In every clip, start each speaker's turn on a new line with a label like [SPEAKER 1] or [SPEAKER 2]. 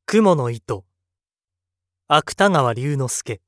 [SPEAKER 1] 雲の糸、芥川龍之介。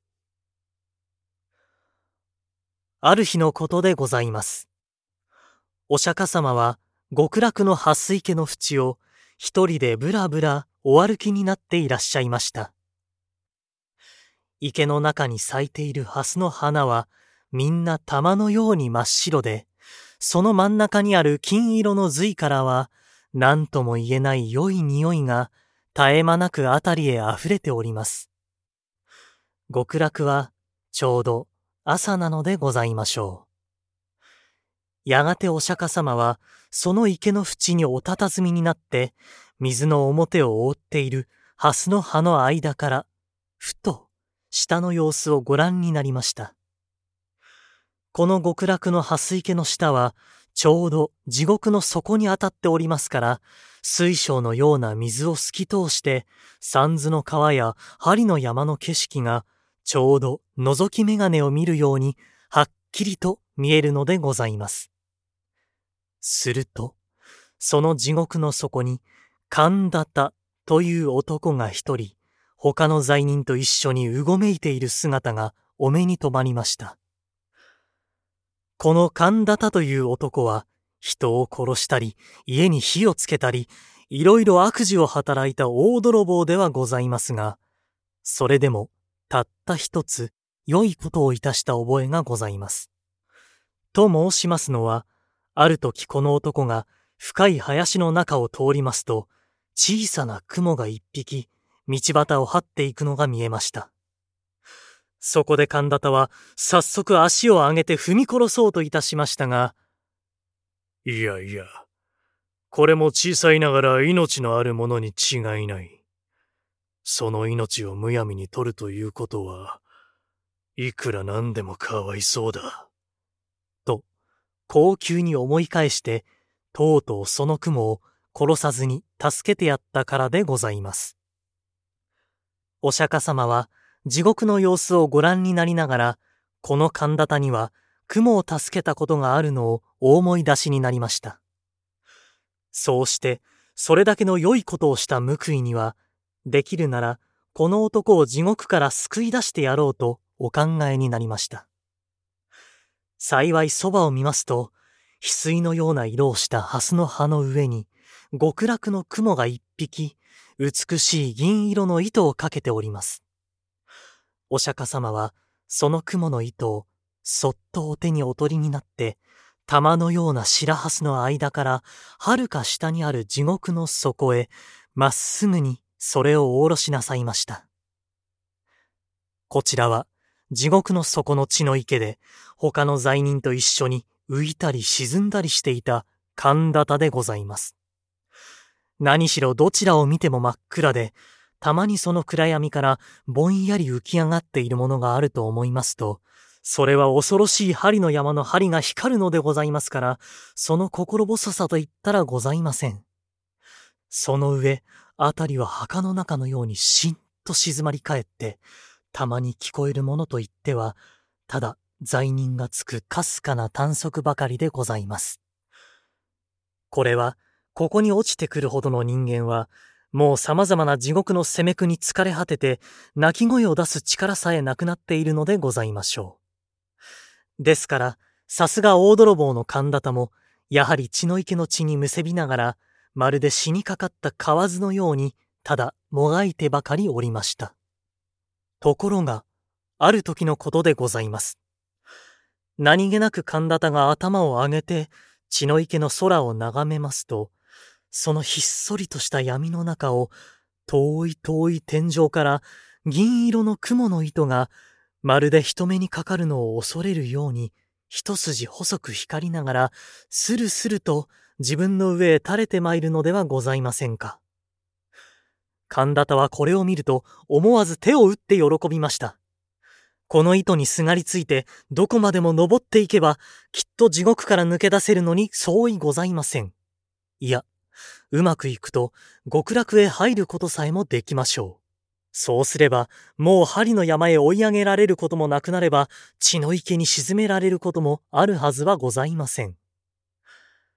[SPEAKER 1] ある日のことでございます。お釈迦様は極楽の蓮水家の淵を一人でぶらぶらお歩きになっていらっしゃいました。池の中に咲いている蓮の花はみんな玉のように真っ白で、その真ん中にある金色の髄からは何とも言えない良い匂いが絶え間なくあたりへあふれております。極楽はちょうど朝なのでございましょう。やがてお釈迦様はその池の淵にお佇みになって水の表を覆っている蓮の葉の間からふと下の様子をご覧になりました。この極楽の蓮池の下はちょうど地獄の底に当たっておりますから、水晶のような水を透き通して三途の川や針の山の景色がちょうど覗き眼鏡を見るようにはっきりと見えるのでございます。するとその地獄の底に神田田という男が一人他の罪人と一緒にうごめいている姿がお目に留まりました。この神田田という男は人を殺したり家に火をつけたりいろいろ悪事を働いた大泥棒ではございますが、それでもたった一つ良いことをいたした覚えがございます。と申しますのは、ある時この男が深い林の中を通りますと、小さな雲が一匹道端を這っていくのが見えました。そこで神田田は早速足を上げて踏み殺そうといたしましたが、
[SPEAKER 2] いやいや、これも小さいながら命のあるものに違いない。その命をむやみに取るということは、いくらなんでもかわいそうだ。
[SPEAKER 1] と、高級に思い返して、とうとうその雲を殺さずに助けてやったからでございます。お釈迦様は地獄の様子をご覧になりながら、この神田田には雲を助けたことがあるのをお思い出しになりました。そうして、それだけの良いことをした報いには、できるならこの男を地獄から救い出してやろうとお考えになりました。幸いそばを見ますと、翡翠のような色をした蓮の葉の上に、極楽の雲が一匹、美しい銀色の糸をかけております。お釈迦様は、その雲の糸を、そっとお手にお取りになって、玉のような白蓮の間から、はるか下にある地獄の底へ、まっすぐにそれを下ろしなさいました。こちらは、地獄の底の血の池で、他の罪人と一緒に浮いたり沈んだりしていた神田田でございます。何しろどちらを見ても真っ暗で、たまにその暗闇からぼんやり浮き上がっているものがあると思いますと、それは恐ろしい針の山の針が光るのでございますから、その心細さと言ったらございません。その上、あたりは墓の中のようにしんと静まり返って、たまに聞こえるものといっては、ただ罪人がつくかすかな短足ばかりでございます。これは、ここに落ちてくるほどの人間は、もう様々な地獄の責め苦に疲れ果てて、泣き声を出す力さえなくなっているのでございましょう。ですから、さすが大泥棒の神田田も、やはり血の池の血にむせびながら、まるで死にかかった蛙のように、ただもがいてばかりおりました。ところが、ある時のことでございます。何気なく神田田が頭を上げて、血の池の空を眺めますと、そのひっそりとした闇の中を、遠い遠い天井から銀色の雲の糸が、まるで人目にかかるのを恐れるように、一筋細く光りながら、スルスルと自分の上へ垂れてまいるのではございませんか。神田田はこれを見ると思わず手を打って喜びました。この糸にすがりついてどこまでも登っていけばきっと地獄から抜け出せるのに相違ございません。いや、うまくいくと極楽へ入ることさえもできましょう。そうすればもう針の山へ追い上げられることもなくなれば血の池に沈められることもあるはずはございません。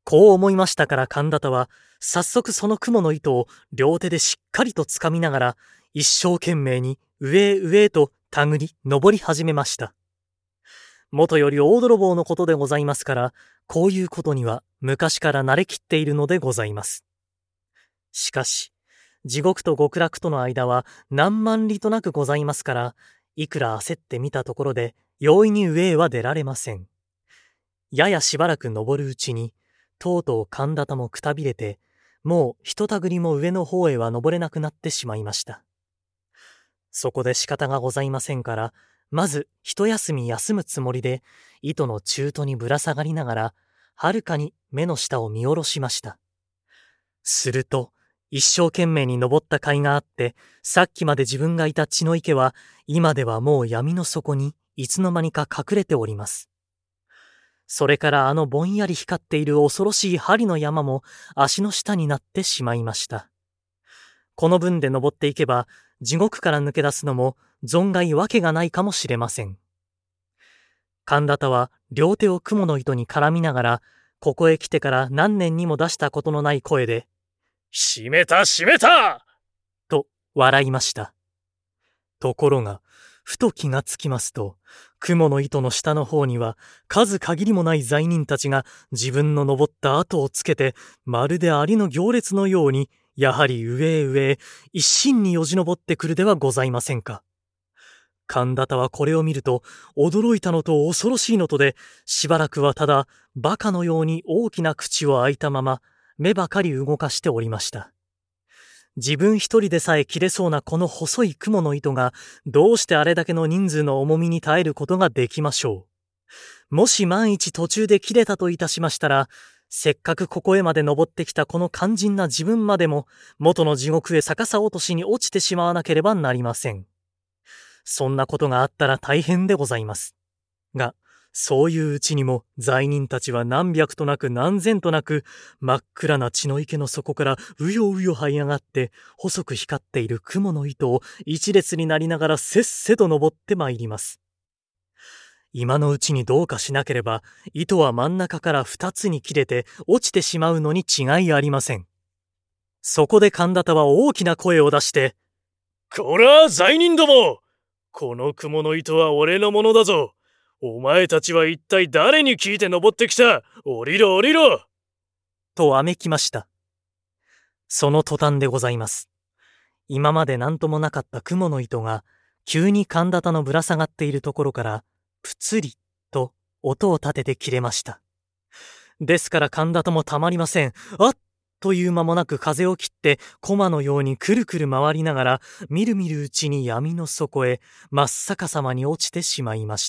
[SPEAKER 1] こう思いましたから神田田は、早速その雲の糸を両手でしっかりとつかみながら、一生懸命に上へ上へと手繰り登り始めました。もとより大泥棒のことでございますから、こういうことには昔から慣れきっているのでございます。しかし、地獄と極楽との間は何万里となくございますから、いくら焦ってみたところで容易に上へは出られません。ややしばらく登るうちに、とうとう神田田もくたびれて、もうひとたぐりも上の方へは登れなくなってしまいました。そこで仕方がございませんから、まず一休み休むつもりで、糸の中途にぶら下がりながら、はるかに目の下を見下ろしました。すると、一生懸命に登った甲斐があって、さっきまで自分がいた血の池は、今ではもう闇の底にいつの間にか隠れております。それからあのぼんやり光っている恐ろしい針の山も足の下になってしまいました。この分で登っていけば、地獄から抜け出すのも存外わけがないかもしれません。神田田は両手を雲の糸に絡みながら、ここへ来てから何年にも出したことのない声で、
[SPEAKER 2] 閉めた閉めた
[SPEAKER 1] と笑いました。ところが、ふと気がつきますと、雲の糸の下の方には数限りもない罪人たちが自分の登った跡をつけて、まるでアリの行列のように、やはり上へ上へ一心によじ登ってくるではございませんか。神田田はこれを見ると、驚いたのと恐ろしいのとで、しばらくはただ、馬鹿のように大きな口を開いたまま、目ばかり動かしておりました。自分一人でさえ切れそうなこの細い雲の糸が、どうしてあれだけの人数の重みに耐えることができましょう。もし万一途中で切れたといたしましたら、せっかくここへまで登ってきたこの肝心な自分までも、元の地獄へ逆さ落としに落ちてしまわなければなりません。そんなことがあったら大変でございます。が、そういううちにも罪人たちは何百となく何千となく真っ暗な血の池の底からうようよ這い上がって細く光っている雲の糸を一列になりながらせっせと登ってまいります。今のうちにどうかしなければ糸は真ん中から二つに切れて落ちてしまうのに違いありません。そこで神田田は大きな声を出して、
[SPEAKER 2] こら罪人ども、この雲の糸は俺のものだぞ。お前たちは一体誰に聞いて登ってきた？降りろ降りろ
[SPEAKER 1] とわめきました。その途端でございます。今まで何ともなかった雲の糸が急に神田田のぶら下がっているところからプツリと音を立てて切れました。ですから神田田もたまりません。あっという間もなく風を切って駒のようにくるくる回りながらみるみるうちに闇の底へ真っ逆さまに落ちてしまいました。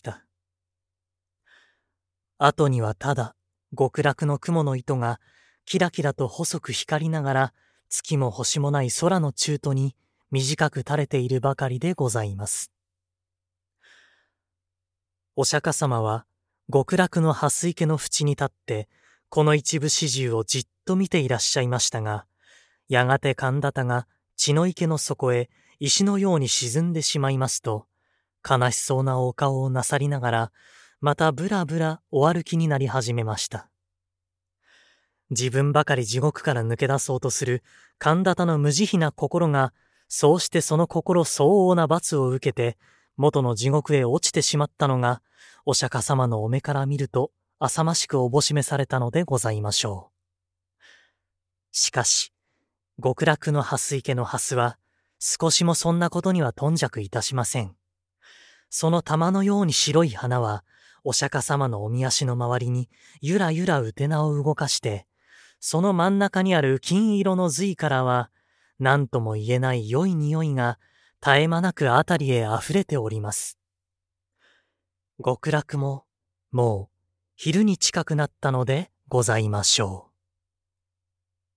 [SPEAKER 1] 後にはただ極楽の雲の糸がキラキラと細く光りながら月も星もない空の中途に短く垂れているばかりでございます。お釈迦様は極楽の蓮池の縁に立ってこの一部始終をじっと見ていらっしゃいましたが、やがて神田田が血の池の底へ石のように沈んでしまいますと、悲しそうなお顔をなさりながらまたぶらぶらお歩きになり始めました。自分ばかり地獄から抜け出そうとする神田田の無慈悲な心が、そうしてその心相応な罰を受けて、元の地獄へ落ちてしまったのが、お釈迦様のお目から見ると、浅ましくおぼしめされたのでございましょう。しかし、極楽の蓮池の蓮は、少しもそんなことには頓着いたしません。その玉のように白い花は、お釈迦様のおみ足の周りにゆらゆらうてなを動かして、その真ん中にある金色の髄からは、何とも言えない良い匂いが絶え間なくあたりへあふれております。極楽も、もう昼に近くなったのでございましょう。